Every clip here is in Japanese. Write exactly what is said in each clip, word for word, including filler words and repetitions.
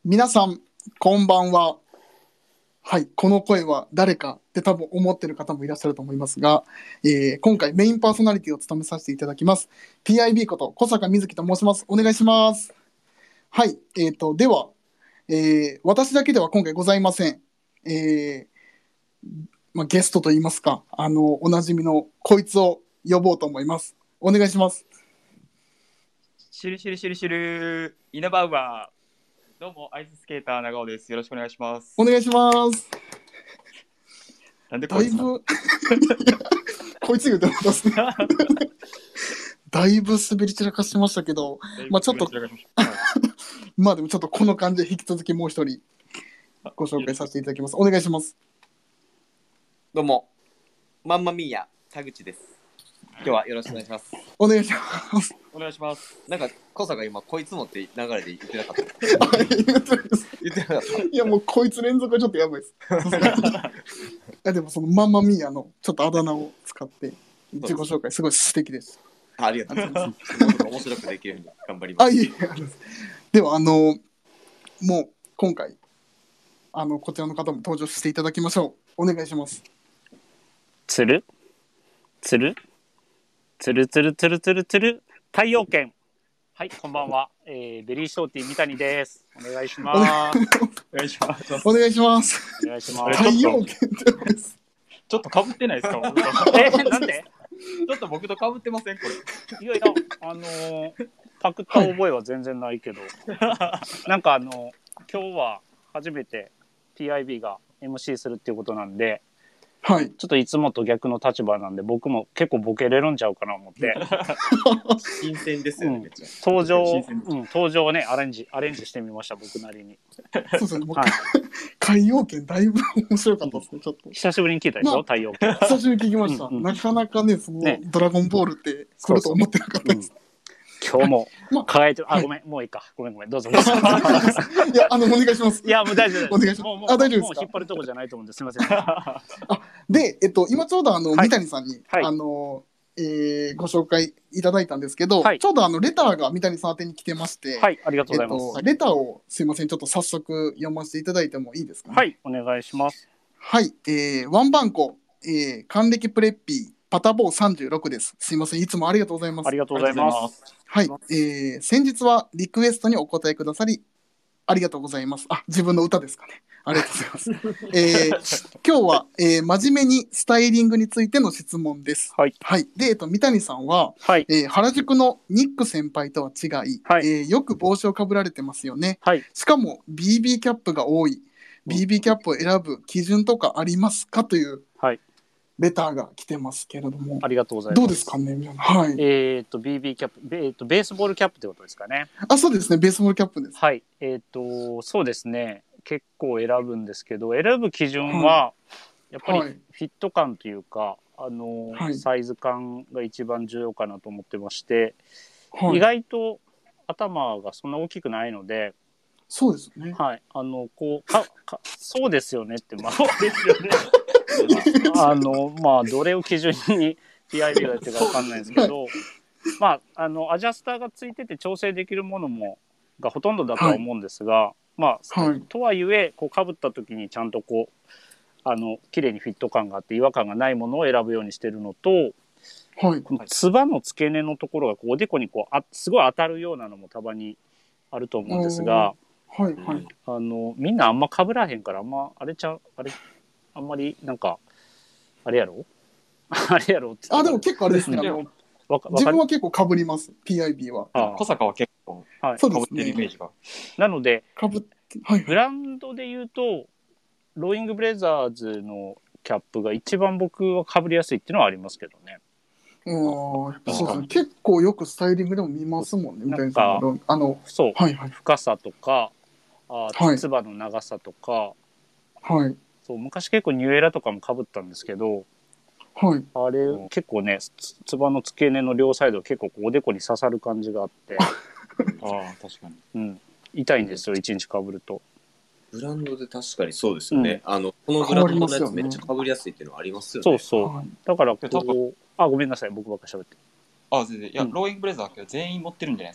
皆さんこんばんは。はい、この声は誰かって多分思ってる方もいらっしゃると思いますが、えー今回メインパーソナリティを務めさせていただきます ピーアイビー こと小坂瑞希と申します。お願いします。はい、えーとでは、えー私だけでは今回ございません。えーまあ、ゲストといいますか、あのおなじみのこいつを呼ぼうと思います。お願いします。 シュルシュルシュルシュルイナバウアー。どうもアイススケーター長尾です。よろしくお願いします。 お願いします。 なんでこいつなの？ だいぶこいつ言うてますね。だいぶ滑り散らかしてましたけど、まあちょっとまあでもちょっとこの感じで引き続きもう一人ご紹介させていただきます。お願いします。 どうも、マンマミーヤ田口です。今日はよろしくお願いします。 お願いします。 お願いします。 なんか小坂今こいつもって流れで言ってなかった。 あ言ってないです。 言ってなかった。 いやもうこいつ連続はちょっとやばいです。あでもそのマンマミーヤのちょっとあだ名を使って自己紹介すごい素敵です。 あありがとうございます。もっと面白くできるように頑張ります。 あいえいえ。ではあのもう今回あのこちらの方も登場していただきましょう。お願いします。 つるつるつるつるつるつるつる太陽圏。はい、こんばんは、えー、ベリーショーティー三谷です。お願いします。 お願いします。 お願いします。 お願いします。 太陽圏ってです。 ちょっと被ってないですか？ えー、なんで？ ちょっと僕と被ってませんこれ？ いやいや、あのー、パクった覚えは全然ないけど、はい、なんかあのー、今日は初めて ピーアイビー が エムシー するっていうことなんで、はい、ちょっといつもと逆の立場なんで僕も結構ボケれるんちゃうかな思って新鮮ですよね、 うん、 めっちゃ登場、うん、登場をねアレンジアレンジしてみました僕なりに。 そうですね、はい、海洋圏だいぶ面白かったですね。ちょっと久しぶりに聞いたでしょ、まあ、太陽圏久しぶりに聞きました、うんうん、なかなかねそのねドラゴンボールって来ると思ってなかったです。 そうそう、うん、今日も輝いてる、まあ、あごめん、はい、もういいか、ごめんごめん、どうぞ。いやあのお願いします。 いやもう大丈夫、 お願いします。 もうもうあ大丈夫ですか。 もう引っ張るとこじゃないと思うんです、すみません。 あでえっと今ちょうどあの、はい、三谷さんに、はい、あの。えー、ご紹介いただいたんですけど、はい、ちょうどあのレターが三谷さん宛てに来てまして、 はい、ありがとうございます。 えっと、レターをすいませんちょっと早速読ませていただいてもいいですかね。 はい、お願いします。 はい、えー、ワンバンコ、えー、還暦プレッピーパタボーさんじゅうろくです。すいませんいつもありがとうございます。 ありがとうございます。 はい、えー、先日はリクエストにお答えくださりありがとうございます。あ、自分の歌ですかね。ありがとうございます。えー、今日は、えー、真面目にスタイリングについての質問です。 はい。 はい、で、えっと、三谷さんは、 はいえー、原宿のニック先輩とは違い、はいえー、よく帽子をかぶられてますよね。 はい。 しかも ビービー キャップが多い。ビービー キャップを選ぶ基準とかありますかというレターが来てますけれども、 ありがとうございます。 どうですかね。はい。 えっと ビービー キャップ、えー、とベースボールキャップってことですかね。 あ、そうですね。ベースボールキャップです。 はい。えっ、ー、とそうですね。結構選ぶんですけど、選ぶ基準はやっぱりフィット感というか、はい、あの、はい、サイズ感が一番重要かなと思ってまして、はい、意外と頭がそんな大きくないので。 そうですね。 はい。あのこうかかそうですよねってまあそうですよね。あのまあどれを基準に ピーアイビー がやってるかわかんないですけど、まああのアジャスターがついてて調整できるものもがほとんどだとは思うんですが、はい、まあ、はい、とはいえこう被った時にちゃんとこうあの綺麗にフィット感があって違和感がないものを選ぶようにしてるのと、はい、このつばの付け根のところがこうおでこにこうあすごい当たるようなのもたまにあると思うんですが、 はいはい、 あのみんなあんま被らへんからあんまあれちゃうあれあんまりなんかあれやろあれやろってあでも結構あれですね。あの自分は結構被ります ピーアイビー は。 あ小坂は結構被ってるイメージが、ね、 なので被っ、はい、 ブランドで言うとローイングブレザーズのキャップが一番僕は被りやすいっていうのはありますけどね。 ああそうですね。結構よくスタイリングでも見ますもんね。 なんかあのそう、 はいはい、 深さとかあつばの長さとか、 はい、 そう昔結構ニューエラとかも被ったんですけど、 はい、 あれ、うん、結構ねつばの付け根の両サイド結構おでこに刺さる感じがあってああ確かに、 うん、痛いんですよ一日被ると。 ブランドで確かにそうですよね、うん、あのこのブランドのやつめっちゃ被りやすいっていうのはありますよね。 そうそう、はい、だからこうあごめんなさい僕ばっかり喋って。 あ全然いや、うん、ローイングブレザーは全員持ってるんじゃないですか。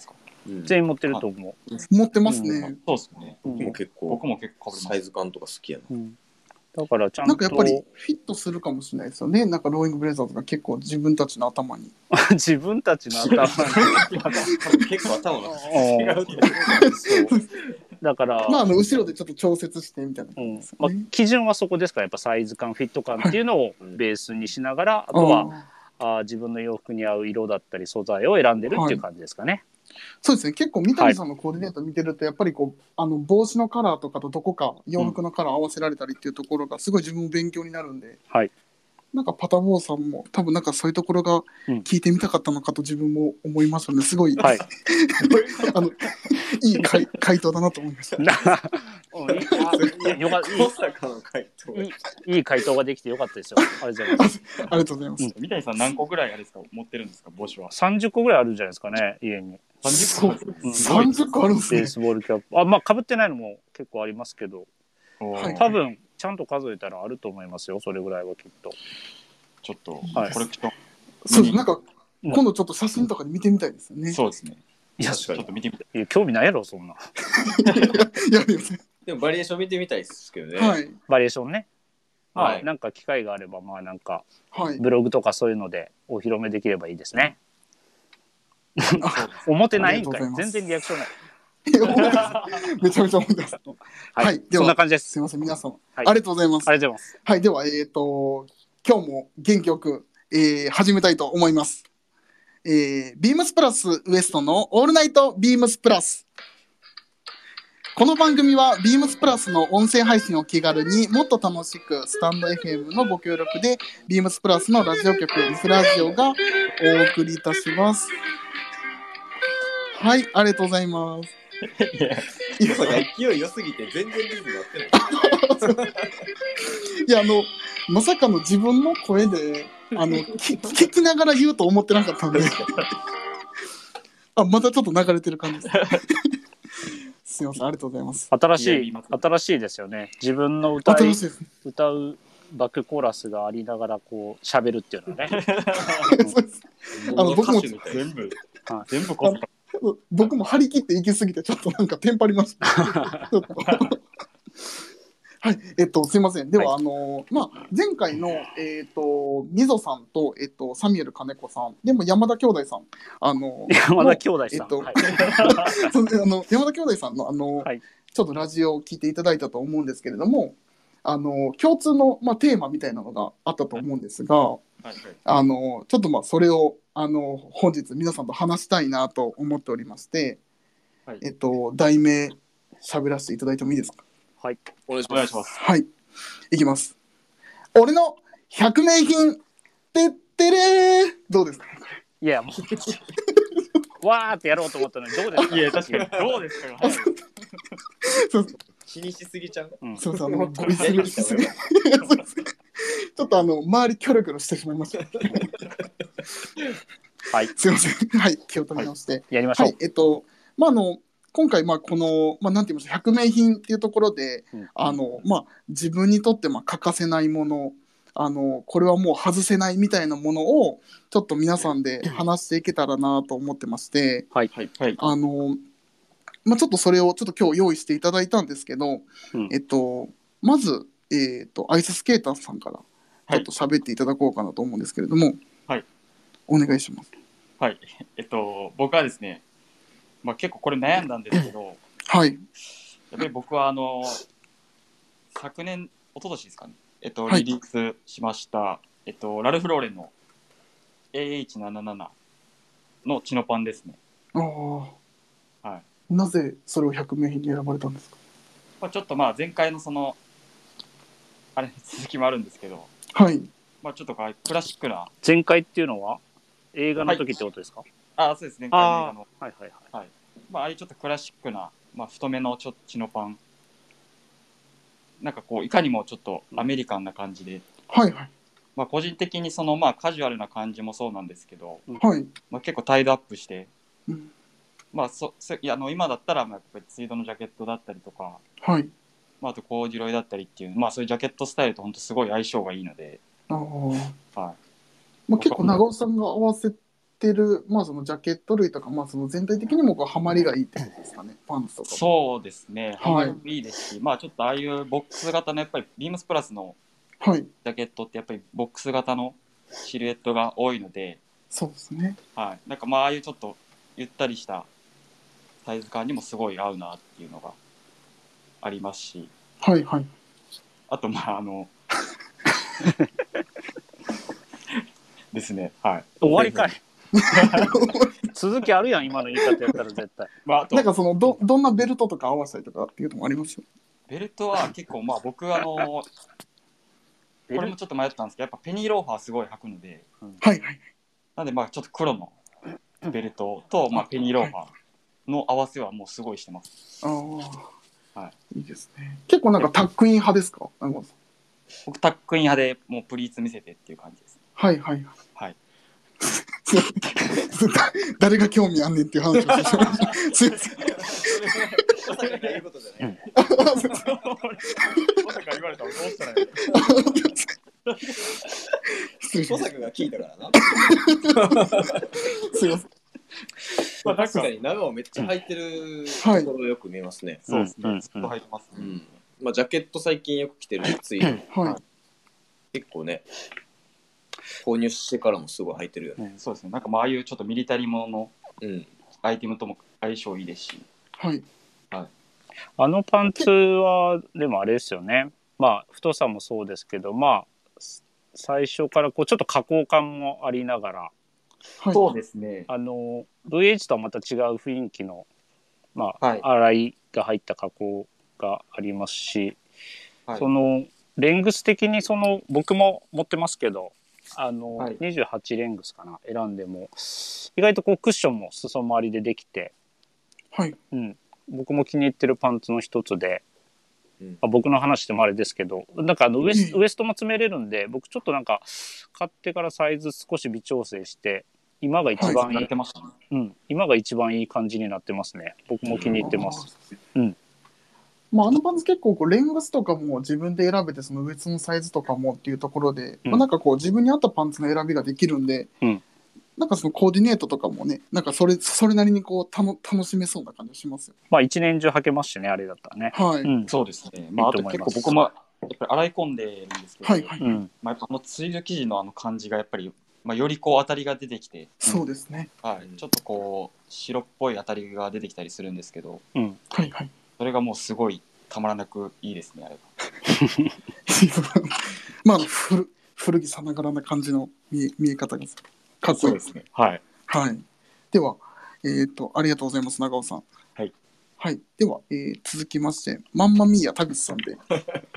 うん全員持ってると思う。 持ってますね。 そうですね。 僕も結構僕も結構被ります。 サイズ感とか好きやな。 うんだからちゃんとなんかやっぱりフィットするかもしれないですよね。なんかローイングブレザーズが結構自分たちの頭に。 自分たちの頭に多分結構頭の違うけど。 そうだから、 まあ、あの後ろでちょっと調節してみたいなうん感じですまあよね。、 基準はそこですからやっぱサイズ感フィット感っていうのをベースにしながら、あとはあーあ自分の洋服に合う色だったり素材を選んでるっていう感じですかね。 そうですね。結構三谷さんのコーディネート見てると、やっぱりこうあの帽子のカラーとかとどこか洋服のカラー合わせられたりっていうところがすごい自分も勉強になるんで、 はい。 なんかパタボーさんも多分なんかそういうところがうん聞いてみたかったのかと自分も思いますので、すごい、 はい。 あのいい回回答だなと思いました。 なうんいいあいやよかい小坂の回答。 いいいい回答ができてよかったですよ。ありがとうございます。 ありがとうございます。 三谷さん何個ぐらいあれですか持ってるんですか帽子は。 さんじゅっこぐらいあるんじゃないですかね、家に。 そうさんじゅっこうんさんじゅっこあるんですね。 ベースボールキャップ。あ、まあ、かぶってないのも結構ありますけど、 はい多分、ちゃんと数えたらあると思いますよ、それぐらいはきっと。 ちょっとはいコレクション。 そうです。なんかうん今度ちょっと写真とかで見てみたいですよね。 そうですね。 いや、 ちょっと見てみて。 いや興味ないやろ、そんな。 いやいやでもバリエーション見てみたいですけどね。 はいバリエーションね。まあ、 はいなんか機会があれば、まあ、なんか、 はい。 ブログとかそういうのでお披露目できればいいですね。思ってないんかい。 ありがとうございます全然リアクションない。 いや思いますめちゃめちゃ思います。 はい。 はいではそんな感じです。 すみません皆さん、 はいありがとうございます。 ありがとうございます。 はいではえっ、と今日も元気よく、えー始めたいと思います。えー、ビームスプラスウエストのオールナイトビームスプラス。この番組はビームスプラスの音声配信を気軽にもっと楽しくスタンド エフエム のご協力でビームスプラスのラジオ局ミスラジオがお送りいたします。はい、ありがとうございます。 小坂勢い良すぎて全然リズム合ってない。 いやあのまさかの自分の声であのき聞きながら言うと思ってなかったんであまたちょっと流れてる感じですすいませんありがとうございます新しいいや言います新しいですよね。自分の歌い新しいです歌うバックコーラスがありながらこう喋るっていうのはね。 そうですあの僕も歌手みたい全部はい全部こす僕も張り切って行き過ぎてちょっとなんかテンパりましたちょっとはいえっとすいませんでは、 はあのまあ前回のえっ、とみぞさんとえっ、とサミュエル金子さんでも山田兄弟さんあの山田兄弟さん。 えっとはいそうあの山田兄弟さんのあの、 はいちょっとラジオを聞いていただいたと思うんですけれどもあの共通の、まあ、テーマみたいなのがあったと思うんですが、 はいはいあのちょっとまあそれをあの本日皆さんと話したいなと思っておりまして、 はいえっと題名喋らせていただいてもいいですか。 はい。 お願いしお願いします。 はいいきます。俺の百名品てってれーどうですか。 いやもうわーってやろうと思ったのにどうですか。 いや確かにどうですか。はいそう気にしすぎちゃう。 うんそうそうあのゴリスルしすぎちょっとあの周りキョロキョロしてしまいました。 はい。 すいません。はい、気を取り直して。 やりましょう。 はい、えっと、まあ、あの、今回、まあ、この、まあ、なんて言いましょう、百名品っていうところで、 うんあの、まあ、自分にとって、まあ、欠かせないもの、あの、これはもう外せないみたいなものを、ちょっと皆さんで話していけたらなと思ってまして、 はい。 はいはいあの、まあ、ちょっとそれをちょっと今日用意していただいたんですけど、 うんえっと、まず、えっと、アイススケーターさんから、ちょっと喋っていただこうかなと思うんですけれども、 はい。 お願いします。 はいえっと僕はですねまあ結構これ悩んだんですけどはい。 やっぱり僕はあの昨年一昨年ですかねえっとはいリリースしましたえっとラルフローレンの エーエイチななじゅうなな のチノパンですね。 ああ。 はいなぜそれを百名品に選ばれたんですか。 まあ、ちょっとまあ前回のそのあれ続きもあるんですけど、 はい。 まあ、ちょっとクラシックな前回っていうのは映画の時ってことですか。 あそうですね前回の映画のはいはいはい。 まあ、ああいうちょっとクラシックな、まあ、太めのちょっとチノパンなんかこういかにもちょっとアメリカンな感じで、 はいはい。 まあ、個人的にそのまあカジュアルな感じもそうなんですけど、 はい。 まあ、結構タイドアップして、 うんまあ、そそいやあの今だったらまあやっぱりツイードのジャケットだったりとか、 はい。 まあ、あとコーデュロイだったりっていう、まあ、そういうジャケットスタイルと本当すごい相性がいいので、 ああ。 はまあ、結構長尾さんが合わせってる、まあ、そのジャケット類とか、まあ、その全体的にもこうハマりがいいってことですかね、パンツとかも。 そうですね。 はいはい。いいですし、まあちょっとああいうボックス型のやっぱりビームスプラスのはい。 ジャケットってやっぱりボックス型のシルエットが多いので、 そうですね。 はい。なんかまあああいうちょっとゆったりしたサイズ感にもすごい合うなっていうのがありますし、 はいはい。 あとまああのですね。はい。 終わりかい。続きあるやん、今の言い方やったら絶対。 まああとなんかそのどどんなベルトとか合わせたりとかっていうのもありますよ。 ベルトは結構まあ僕あのこれもちょっと迷ったんですけど、やっぱペニーローファーすごい履くので、 はいはい。 なんでまあちょっと黒のベルトとまあペニーローファーの合わせはもうすごいしてます。 ああ、 はい。 いいですね。結構なんかタックイン派ですか、長尾さん。 僕タックイン派でもうプリーツ見せてっていう感じです。 はいはいはい。 誰が興味あんねんっていう話をしてしまいました。すいません。 まさか言うことじゃない。 まさか言われたらどうしたらいいの？ 失礼しまし小坂が聞いたからな。 た。すいません。 まあ確かに長尾めっちゃ履いてるはいところよく見えますね。 そうですね。 うんずっと履いてますね。 うん。まあジャケット最近よく着てるし、ついではい。 結構ね、購入してからもすごい履いてるよね。 そうですね。なんかまあああいうちょっとミリタリーもののうん。 アイテムとも相性いいですし。 はい。 あのパンツはでもあれですよね。まあ太さもそうですけど、まあ最初からこうちょっと加工感もありながら、 はい。 そうですね。 あの ブイエイチ とはまた違う雰囲気のまあ、 はい洗いが入った加工がありますし、 はい、 そのレングス的にその僕も持ってますけど、あの、 はい、 にじゅうはちレングスかな選んでも意外とこうクッションも裾周りでできて、 はい。 うん、僕も気に入ってるパンツの一つで、 うんまあ、僕の話でもあれですけど、なんかあのウエス、 うんウエストも詰めれるんで、僕ちょっとなんか買ってからサイズ少し微調整して今が一番いい、 慣れてましたね。 うん、今が一番いい感じになってますね。僕も気に入ってます。うん。 まあ、あのパンツ結構こうレングスとかも自分で選べて、そのウエストのサイズとかもっていうところで、 うんまあ、なんかこう自分に合ったパンツの選びができるんで、 うんなんかそのコーディネートとかもね、なんかそれそれなりにこうたの楽しめそうな感じがしますよ。 まあ一年中履けますしね、あれだったらね。 はい。 うん。 そうですね。まあ、あと結構僕もやっぱり洗い込んでるんですけど、 はいはい。 うん。 まあ、やっぱあのツイル生地のあの感じがやっぱり、まあ、よりこう当たりが出てきて、 そうですね。 はい、ちょっとこう白っぽい当たりが出てきたりするんですけど、 うん。 はいはい。 それがもうすごいたまらなくいいですね、あれが。 まあ、古古着さながらな感じの見え見え方がかっこいいですね。 はい。 はい。では、えっ、と、ありがとうございます、長尾さん。 はい。 はい。では、えー続きまして、まんまみーや田口さんで。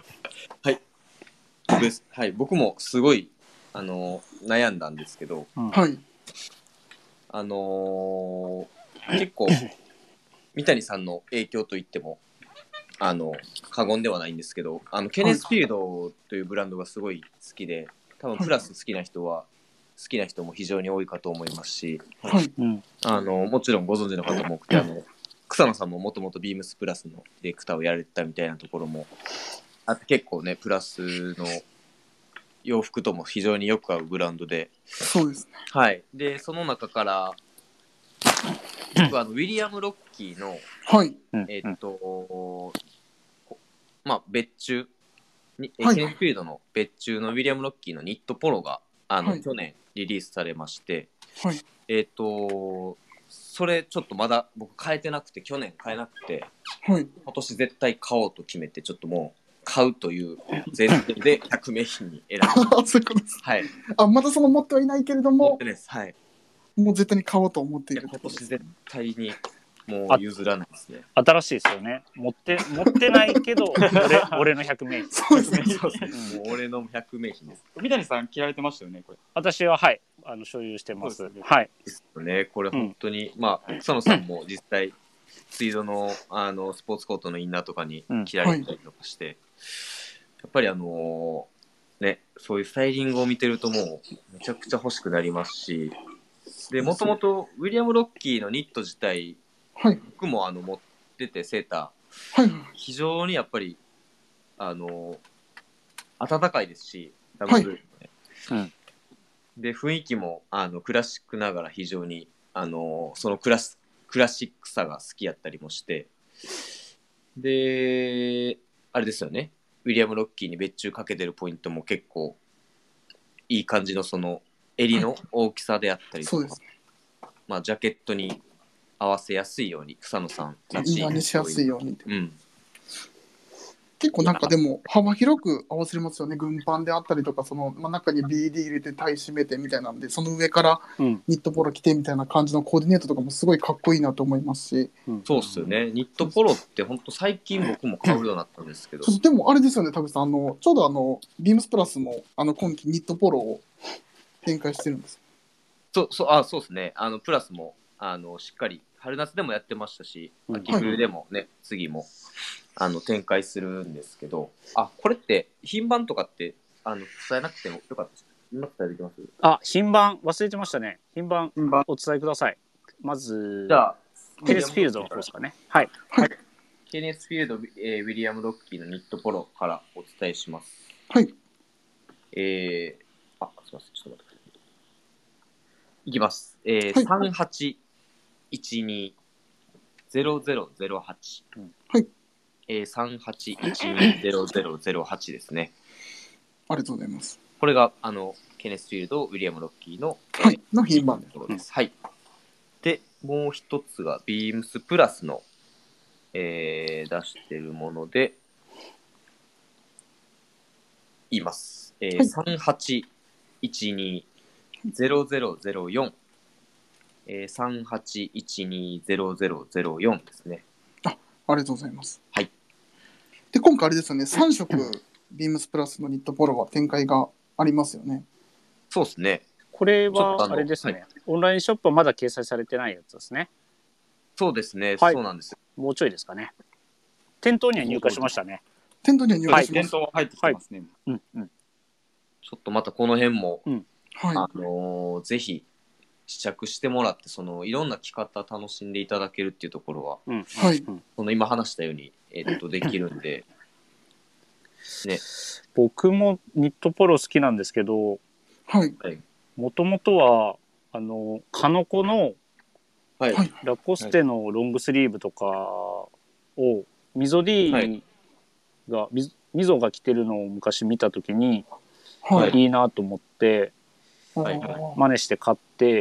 ですはい、僕もすごいあの悩んだんですけど、 はい。 あのー結構三谷さんの影響といってもあの過言ではないんですけど、あのケネスフィールドというブランドがすごい好きで、多分プラス好きな人は好きな人も非常に多いかと思いますし、 はい。 うん。 あのもちろんご存知の方も多くて、あの草野さんももともとビームスプラスのディレクターをやられてたみたいなところもあって、結構ねプラスの洋服とも非常によく合うブランドで、 そうですね。 はい。で、その中から、僕はあのウィリアム・ロッキーの、 はい。 うん。 えっと、こまあ、別注、にはいケネスフィールドの別注のウィリアム・ロッキーのニットポロが、あの、 はい去年リリースされまして、 はい。 えっと、それちょっとまだ僕買えてなくて、去年買えなくて、 はい。 今年絶対買おうと決めて、ちょっともう買うという前提でひゃく名品に選びました。 あ、そういうことです。 はい。 あ、まだその持ってはいないけれども持って、ないです。はい。 もう絶対に買おうと思っていいやる今年絶対にもう譲らないですね。 新しいですよね。持って持ってないけど俺俺のひゃく名品。 そうですね。 そうですね。もう俺のひゃく名品です三谷さん着られてましたよね、これ。 私ははいあの所有してます。 そうですねはい。 ですよね。これ本当に、まあ草野さんも実際ツイードのあのスポーツコートのインナーとかに着られたりとかして、やっぱりあのね、そういうスタイリングを見てるともうめちゃくちゃ欲しくなりますし、でもともとウィリアム・ロッキーのニット自体はい。 僕もあの持っててセータはい。 ー非常にやっぱりあの暖かいですし、ダブル、ねうん。 で雰囲気もあのクラシックながら非常にあのそのクラスクラシックさが好きやったりもして、であれですよね、ウィリアム・ロッキーに別注かけてるポイントも結構いい感じのその襟の大きさであったりとか、はい、まあ、ジャケットに合わせやすいように草野さんらしいインナーにしやすいように、 うん、 結構なんかでも幅広く合わせれますよね。軍パンであったりとか、その、まあ、中に ビーディー 入れてタイ締めてみたいなんで、その上からニットポロ着てみたいな感じのコーディネートとかもすごいかっこいいなと思いますし、 うん、そうっすよね。ニットポロって本当最近僕も買うようになったんですけど、 でもあれですよね、田口さん、あのちょうどあのビームスプラスもあの今期ニットポロを展開してるんです。 そうそう、あ、そうですね。あのプラスもあのしっかり春夏でもやってましたし、秋冬でもね、はい、次もあの展開するんですけど、あ、これって品番とかってあの伝えなくてもよかったです。今伝えできます？ あ、品番忘れてましたね。品番お伝えください。まずじゃあケネスフィールドの方ですかね。はい。 はい。 ケネスフィールド、えー、ウィリアム・ロッキーのニットポロからお伝えします。 はい。 えー、あ、すみません、ちょっと待ってください。いきます。えーはい、さんはちいちにゼロゼロゼロはち。 はい。 えー、さんはちいちにゼロゼロゼロはちですね。 ありがとうございます。 これが、あの、ケネスフィールド、ウィリアム・ロッキーの、 はい、の品番です。はい。で、もう一つが、ビームスプラスの、えー、出してるもので、言います。えーはい、さんはちいちにゼロゼロゼロよん。えー、さんはちいちにゼロゼロゼロよんですね。 あ、ありがとうございます。 はい。 で、今回あれですよね、さん色、ビームスプラスのニットポロは展開がありますよね。 そうですね。 これはあれですね、はい、オンラインショップはまだ掲載されてないやつですね。 そうですね、 はい、 そうなんですよ。 もうちょいですかね。店頭には入荷しましたね。 店頭には入荷しました。 はい、店頭入ってきてますね。 はい、うんうん。 ちょっとまたこの辺も、 うん、 はい、 あのー、ぜひ試着してもらって、そのいろんな着方楽しんでいただけるっていうところは、 うん、 はい、 その今話したように、えー、っとできるんで、ね。 僕もニットポロ好きなんですけど、 はい。 もともとはあのカノコのはい、 ラコステのロングスリーブとかをミゾ D が、はい、ミゾが着てるのを昔見たときに、はい、いいなと思って、はい、真似して買って、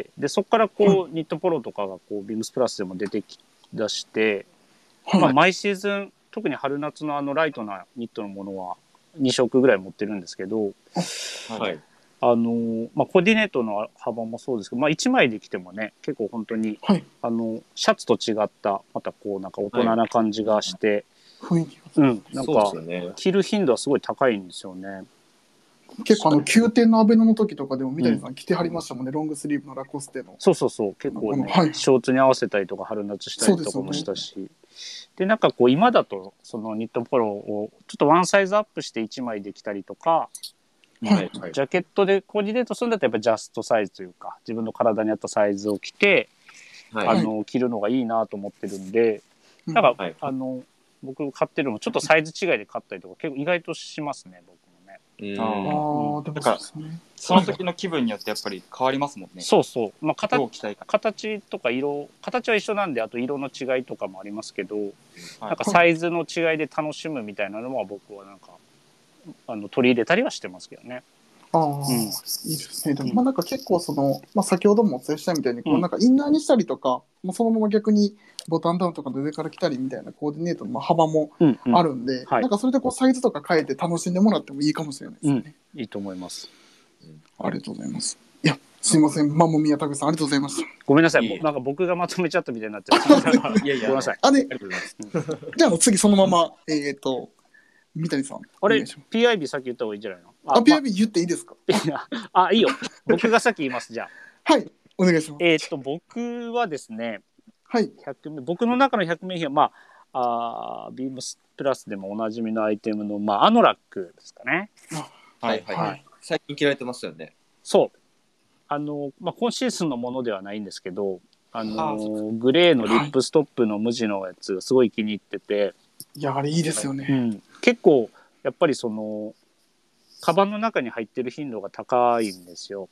でそこからこう、はい、ニットポロとかがこうビームスプラスでも出てきだして、はい、まあ、毎シーズン特に春夏のあのライトなニットのものはに色ぐらい持ってるんですけど、 はい、 あのまあ、コーディネートの幅もそうですけど、まあ、いちまいで着てもね結構本当に、はい、あのシャツと違ったまたこうなんか大人な感じがして、 はい、 うん、なんか、ね、着る頻度はすごい高いんですよね。 結構あのきゅうてんのアベノの時とかでも三谷さん着てはりましたもんね、うん、ロングスリーブのラコステの。 そうそうそう、結構ね、はい、ショーツに合わせたりとか春夏したりとかもしたし、ね、でなんかこう今だとそのニットポロをちょっとワンサイズアップしていちまいで着たりとか、はい、ジャケットでコーディネートするんだったらやっぱジャストサイズというか自分の体に合ったサイズを着て、はい、あの着るのがいいなと思ってるんで、だから、はい、あの僕買ってるのもちょっとサイズ違いで買ったりとか結構意外としますね僕もね。 うん、ああ、でもそうですね。 その時の気分によってやっぱり変わりますもんね。 そうそう。まあ形、形とか色、形は一緒なんであと色の違いとかもありますけど、はい、なんかサイズの違いで楽しむみたいなのは僕はなんかあの取り入れたりはしてますけどね。 ああ、うん、いいですね。でもまあなんか結構その、まあ、先ほどもお伝えしたみたいにこうなんかインナーにしたりとか、うん、そのまま逆にボタンダウンとかで上から来たりみたいなコーディネートの幅もあるんで、うんうんはい、なんかそれでこうサイズとか変えて楽しんでもらってもいいかもしれないですね。 うん、いいと思います。 ありがとうございます。いや、すいません、マモミヤタグさんありがとうございました。 ごめんなさい、いいなんか僕がまとめちゃったみたいになってる。いやいや、ごめんなさい。 あれ、じゃあ次そのままえっと三谷さん。 あれ ピーアイビー さっき言った方がいいんじゃないの？ あ、ピーアイビー 言っていいですか？ あ、いいよ。僕がさっき言いますじゃあ。はい、お願いします。 えっと僕はですね、 はい、 ひゃくめ僕の中のひゃくめい品はまああビームスプラスでもおなじみのアイテムのまあアノラックですかね。 はいはいはい。最近着られてますよね。 そう。あのまあ今シーズンのものではないんですけど、あのグレーのリップストップの無地のやつがすごい気に入ってて。 いやあれいいですよね、 うん、結構やっぱりそのカバンの中に入ってる頻度が高いんですよ。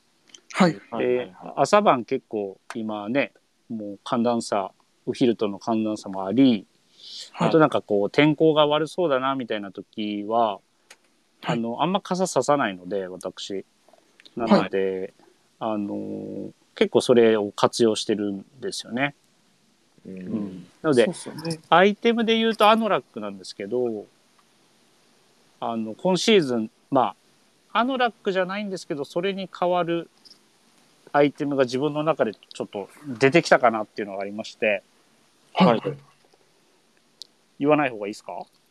はい。 で、 はいはいはい朝晩結構今ね、もう寒暖差、お昼との寒暖差もあり、 はいあとなんかこう天候が悪そうだなみたいな時は、あのあんま傘ささないので私なので、はい、あの結構それを活用してるんですよね。 うん、 うん、なので、ね、アイテムで言うとアノラックなんですけど、あの今シーズンまあアノラックじゃないんですけど、それに代わるアイテムが自分の中でちょっと出てきたかなっていうのがありまして、 はい、 言わない方がいいですか？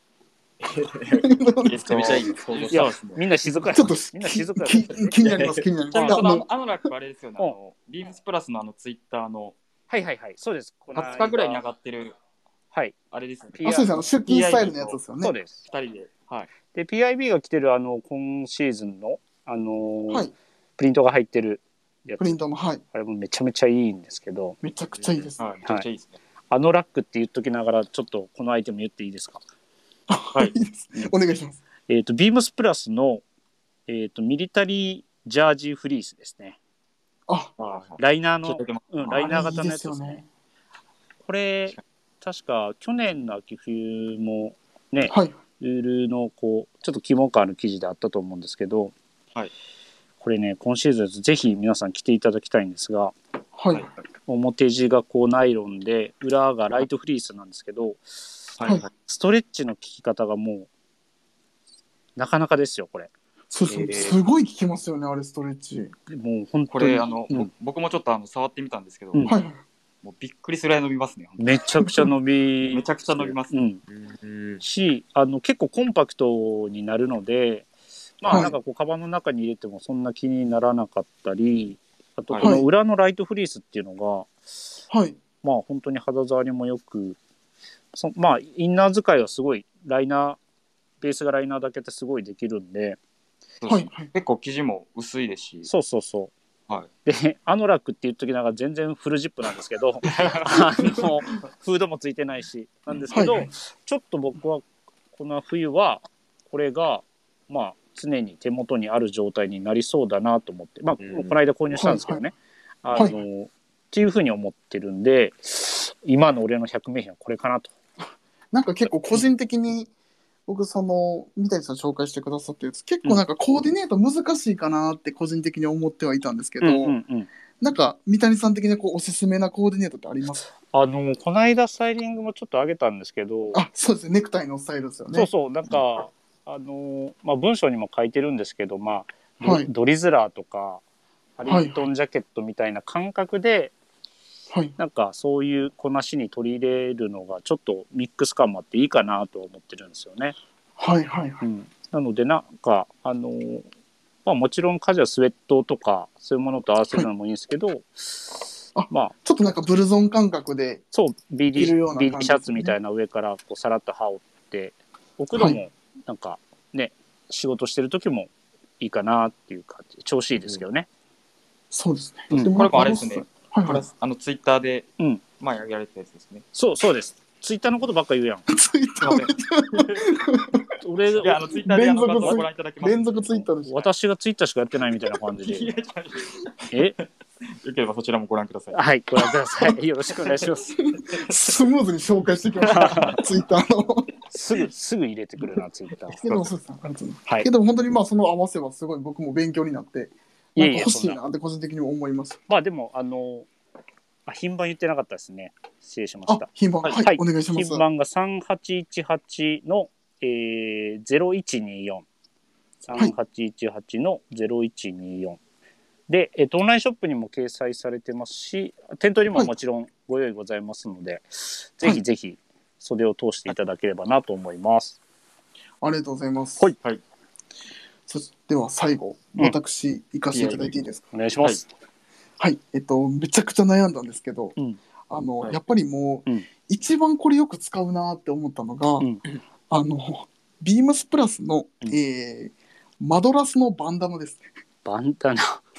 めちゃめちゃいい想像しますね。 みんな静かや。 ちょっとみんな静かや。 気になります気になります。 ちなみにそのアノラックあれですよね。あのビームスプラスのあのツイッターのはいはいはいそうです。 はつかぐらいに上がってるはいあれですね。 あそうですあの出勤スタイルのやつですよね。 そうです。 ふたりではい。 で ピーアイビー が着てるあの今シーズンのあのーはい、 プリントが入ってるやつ。 プリントのはい。 あれもめちゃめちゃいいんですけど。 めちゃくちゃいいです。 はい。めちゃくちゃいいですね。 アノラックって言っときながらちょっとこのアイテム言っていいですか？ はい。いいです。お願いします。 えっとビームスプラスのえっとミリタリージャージーフリースですね。 あ、 ライナーのうんライナー型のやつですね。いいですよね。これ確か去年の秋冬もね、はい、ウールのこうちょっと起毛感ある生地であったと思うんですけど、はい、これね今シーズンぜひ皆さん着ていただきたいんですが、はい、表地がこうナイロンで裏がライトフリースなんですけど、はい、ストレッチの効き方がもうなかなかですよこれ。 そうそう、えー、すごい効きますよねあれストレッチ。 もう本当にこれあの、うん、僕もちょっとあの触ってみたんですけど、うん、はいもうびっくりするぐらい伸びますね。 めちゃくちゃ伸びめちゃくちゃ伸びます、ねうん、しあの結構コンパクトになるのでまあ、はい、なんかこうカバンの中に入れてもそんな気にならなかったりあとこの裏のライトフリースっていうのが、はい、まあ本当に肌触りもよくそまあインナー使いはすごいライナーベースがライナーだけってすごいできるんで、 はい、結構生地も薄いですしそうそうそうはい、でアノラックって言っときながら全然フルジップなんですけどあのフードもついてないしなんですけど、はい、ちょっと僕はこの冬はこれがまあ常に手元にある状態になりそうだなと思ってまあ、うん、この間購入したんですけどね、はいはい、あの、はい、っていうふうに思ってるんで今の俺のひゃく名品はこれかなと。 なんか結構個人的に僕その三谷さん紹介してくださったやつ結構なんかコーディネート難しいかなって個人的に思ってはいたんですけど、うんうんうん、なんか三谷さん的にこうおすすめなコーディネートってありますか？ あのこの間スタイリングもちょっと上げたんですけどあそうですねネクタイのスタイルですよね。 そうそうなんか、うん、あのまあ文章にも書いてるんですけどまあ、はい、ドリズラーとかハリントンジャケットみたいな感覚で、はい、なんかそういうこなしに取り入れるのがちょっとミックス感もあっていいかなと思ってるんですよね。 はいはいはい、うん、 なのでなんかあのーまあ、もちろんカジュアルスウェットとかそういうものと合わせるのもいいんですけど、はい、 あまあちょっとなんかブルゾン感覚でそうビリ、ね、ビリシャツみたいな上からこうさらっと羽織っておくのもなんかね、はい、仕事してる時もいいかなっていう感じ調子いいですけどね、うん、 そうですね、 うん、これもあれですね、はいはい、あのツイッターで前やられたやつですね、うん、 そうそうですツイッターのことばっか言うやん。 ツイッター俺いやあのツイッターで連続ご覧いただきます。 連続ツイッターです。 私がツイッターしかやってないみたいな感じで。え？ よければそちらもご覧ください。 はい、ご覧ください。よろしくお願いします。 スムーズに紹介してきました。ツイッターの。 すぐすぐ入れてくるなツイッター。 けどそうですね。はい。けど本当にまあその合わせはすごい僕も勉強になって、なんか欲しいなって個人的に思います。 まあでもあの。あ、品番言ってなかったですね。失礼しました。 品番、はい、はい、お願いします。 品番がさんはちいちはちの、えー、ゼロいちによん。さんはちいちはちのゼロいちによん。で、えっと、オンラインショップにも掲載されてますし、店頭にももちろんご用意ございますので、はい、ぜひぜひ袖を通していただければなと思います。 ありがとうございます。 はい。はい、 そでは最後、私、行かせていただいていいですか？ お願いします。 はいはい、えっと、めちゃくちゃ悩んだんですけど、うん、あの、はい、やっぱりもう、うん、一番これよく使うなって思ったのが、うん、あの、ビームスプラスの、うん、えー、マドラスのバンダナですね。 バンダナ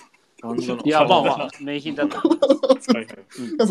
いや、まあまあ、名品だと思います。はいはい、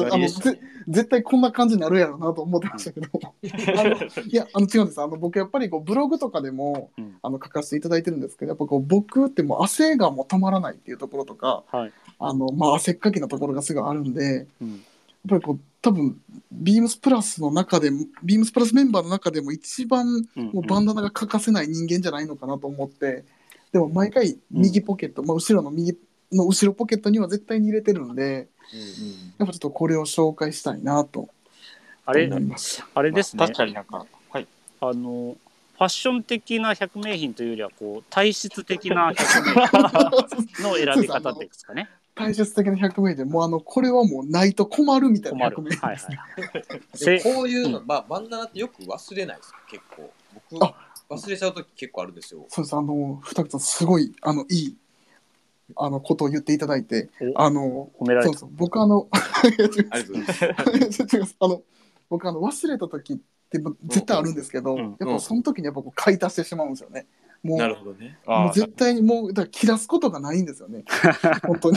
あのぜ絶対こんな感じになるやろうなと思ってましたけどあのいやあの違うんです。あの僕やっぱりこうブログとかでも、うん、あの書かせていただいてるんですけど、やっぱこう僕ってもう汗がもう止まらないっていうところとか、はい、あのまあ、汗っかきなところがすごいあるんで、うん、やっぱりこう多分ビームスプラスの中でもビームスプラスメンバーの中でも一番もうバンダナが欠かせない人間じゃないのかなと思って、でも毎回右ポケット、うんまあ、後ろの右の後ろポケットには絶対に入れてるんで、うんうん、やっぱちょっとこれを紹介したいなと思います。あれ、あれですね、 まあ、確かになんか、はい、 あのファッション的な百名品というよりはこう体質的な百名品の選び方ですかね。 体質的な百名品でもうあのこれはもうないと困るみたいな百名品ですね。 はいはい、こういうの、まあ、バンダナってよく忘れないですか結構。僕あ忘れちゃう時結構あるんですよ。 そうです。あの二口さんすごいあのいいあのことを言っていただいて、あの褒められた。 そうそう僕あのありがとうございます。あの僕あの忘れた時って絶対あるんですけど、うん、やっぱその時にやっぱこう買い足してしまうんですよね。もうなるほどね。 もう絶対にもうだから切らすことがないんですよね。本当に。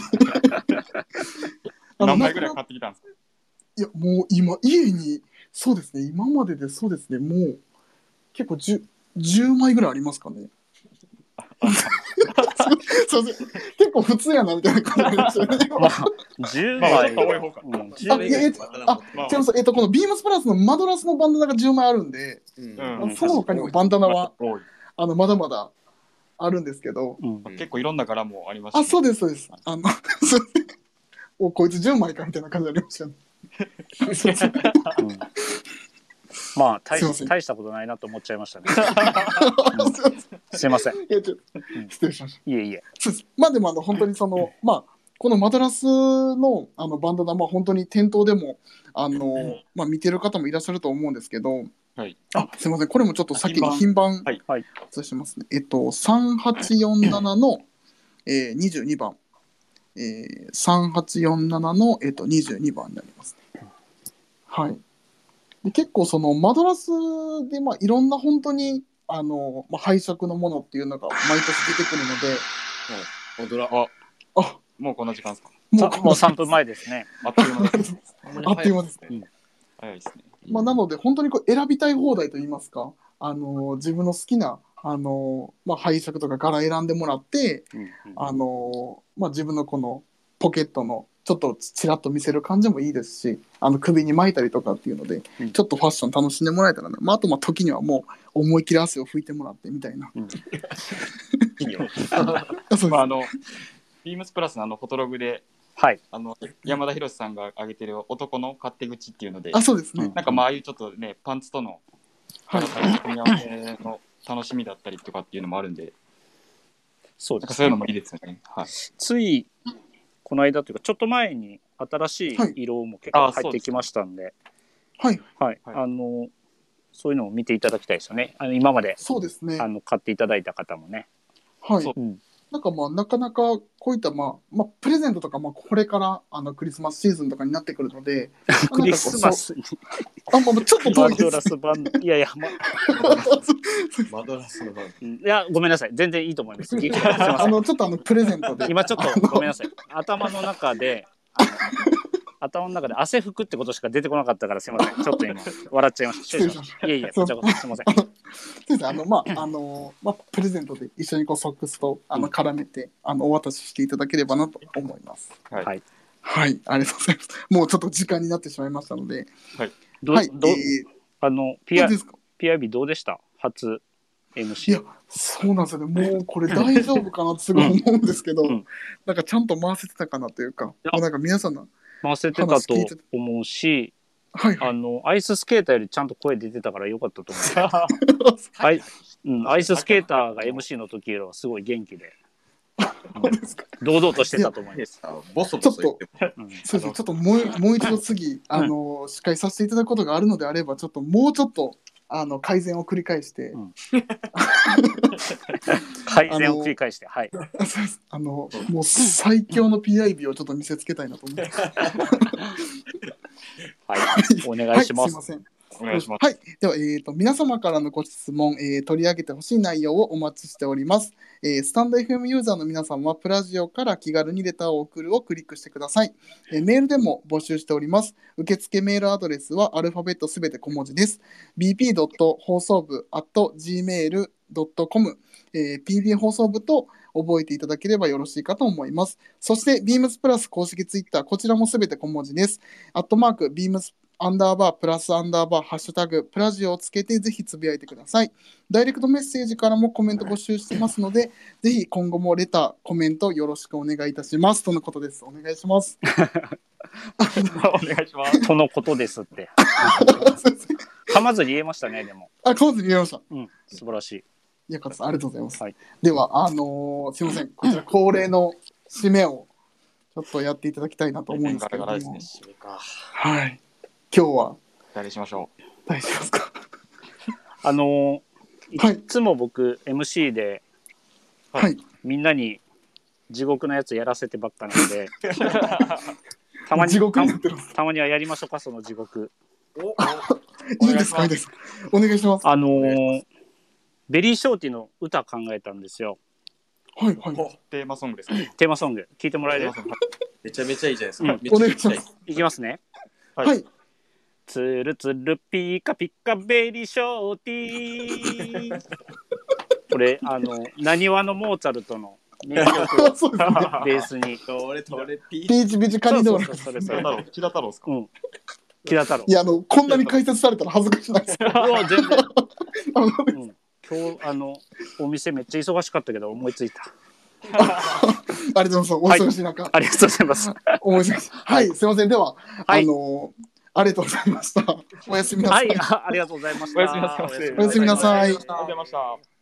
何枚ぐらい買ってきたんですか？ いやもう今家にそうですね今まででそうですねもう結構じゅうまいぐらいありますかね。そうそう結構普通やなみたいな感じですよね。 まあ、じゅうまい、まあ、多い方か。 うん、あ、いや、えっと、あ、違います。えっと、このビームスプラスのマドラスのバンダナがじゅうまいあるんで、うん、その他にもバンダナは、あの、まだまだあるんですけど、 うん、結構いろんな柄もありますね。 あ、そうです、そうです。あの、お、こいつじゅうまいかみたいな感じありましたね。そうそう。うんまあ 大, 大したことないなと思っちゃいましたね。うん、すいません。いやちょっと失礼しました。 いえいえ。 まあでもあの本当にそのまあこのマドラスのあのバンダナまあ本当に店頭でもあのまあ見てる方もいらっしゃると思うんですけど、はい、あすいませんこれもちょっと先に品番そうしますね。えっとさんはちよんななの、えー、にじゅうにばん、えー、さんはちよんななのえっとにじゅうにばんになりますね。はい。で結構そのマドラスでまあいろんな本当にあの、まあ、配色のものっていうのが毎年出てくるので、 はい、踊らああもうこんな時間ですか？ もうもうさんぷんまえですね。 あっという間ですね。 あっという間ですね。うん、 早いですね。 まあなので本当にこう選びたい放題といいますか、あの自分の好きなあのまあ配色とか柄選んでもらって、うんうん、あのまあ自分のこのポケットのちょっとちらっと見せる感じもいいですし、あの首に巻いたりとかっていうので、うん、ちょっとファッション楽しんでもらえたらな、まあ、あとまあ時にはもう思い切り汗を拭いてもらってみたいな。うん、 まああのビームスプラスのあのフォトログで、はい、あの山田博さんが挙げてる男の勝手口っていうので、 あそうですね。 なんかまあああいうちょっとねパンツとの組み合わせの楽しみだったりとかっていうのもあるんで、 そうですね。 そういうのもいいですよね。はい、 ついこの間というかちょっと前に新しい色も結構入ってきましたんで、 はいはい、あのそういうのを見ていただきたいですよね。あの今までそうですね。 あの買っていただいた方もね。 はい。うん、なんかまあなかなかこういったまあまあプレゼントとかまあこれからあのクリスマスシーズンとかになってくるので、 クリスマスにあまあちょっと遠いです。 マドラス版いやいやまマドラスの版いやごめんなさい全然いいと思います。すいませんあのちょっとあのプレゼントで今ちょっとごめんなさい頭の中で頭の中で汗拭くってことしか出てこなかったからすいませんちょっと今笑っちゃいました。失礼しました。いえいえこちらこそすいません。 そうですあのまああのまあプレゼントで一緒にこうソックスとあの絡めて、うん、あのお渡ししていただければなと思います。 はいはい、 はい、ありがとうございます。もうちょっと時間になってしまいましたので、 はいどはいど、えー、あの ピーアイビー どうでした初 エムシー。 いやそうなんですよね。もうこれ大丈夫かなってすごい思うんですけど、うん、なんかちゃんと回せてたかなというか、もうなんか皆さんの回せてたと思うし、はいはい、あのアイススケーターよりちゃんと声出てたから良かったと思う。はい、うん、アイススケーターが エムシー の時よりはすごい元気で、うん、堂々としてたと思います。 ボソボソ言っても、 うん、そうそうちょっともうもう一度次あの、うん、司会させていただくことがあるのであればちょっともうちょっとあの改善を繰り返して、うん、 改善を繰り返してはいあのもう最強の ピーアイビー をちょっと見せつけたいなと思ってはいお願いします。 はい、すいませんお願いします。 はい。では、えーと、皆様からのご質問、えー取り上げてほしい内容をお待ちしております。えースタンド エフエム ユーザーの皆さんは、プラジオから気軽にレターを送るをクリックしてください。えーメールでも募集しております。受付メールアドレスはアルファベットすべて小文字です。ビーピー 放送部 アットジーメール ドットコム、えー、ピービー 放送部と覚えていただければよろしいかと思います。そして、ビームスプラス公式ツイッター、こちらもすべて小文字です。アットマーク、ビームスアンダーバープラスアンダーバーハッシュタグプラジオをつけてぜひつぶやいてください。ダイレクトメッセージからもコメント募集してますので、ぜひ今後もレター、コメントよろしくお願いいたします。とのことです。お願いします。 お願いします。 とのことですって。噛まずに言えましたね、でも。 あ、噛まずに言えました。 うん、素晴らしい。 よかったです。ありがとうございます。 はい、 では、あのー、すいません。こちら恒例の締めをちょっとやっていただきたいなと思うんですけども。 ガラガラですね。締めか。 はい。今日は誰しましょう。 誰しますか。 あのー、いつも僕 エムシー で、 はい、 みんなに地獄のやつやらせてばっかなんでたまに地獄になってたます。 たまにはやりましょうか、その地獄。 おいいですか、いいですか。お願いします。 あのー、ベリーショーティーの歌考えたんですよ。 はいはい。 テーマソングですか。 テーマソング聞いてもらえる？ めちゃめちゃいいじゃないですか。 うん、 めっちゃお願いします。 いきますね。 はい。はい、 つるつるピカピカベリーショーティーこれあのなにわのモーツァルトの名曲をそうですね。 ベースにトレトレピピーチビチカニドーナツ。 そうそうそれそれ木田太郎、木田太郎ですか。 うん、木田太郎。 いや、あの、こんなに解説されたら恥ずかしないですか。 うわ全然、 あのうん、今日あのお店めっちゃ忙しかったけど思いついた。 ありがとうございます。お忙しい中、 はい、ありがとうございます。 思いつきはい、すみません。では、 はい、 あのありがとうございました。おやすみなさい。 はい、ありがとうございました。 おやすみなさい。 おやすみなさい。 ありがとうございました。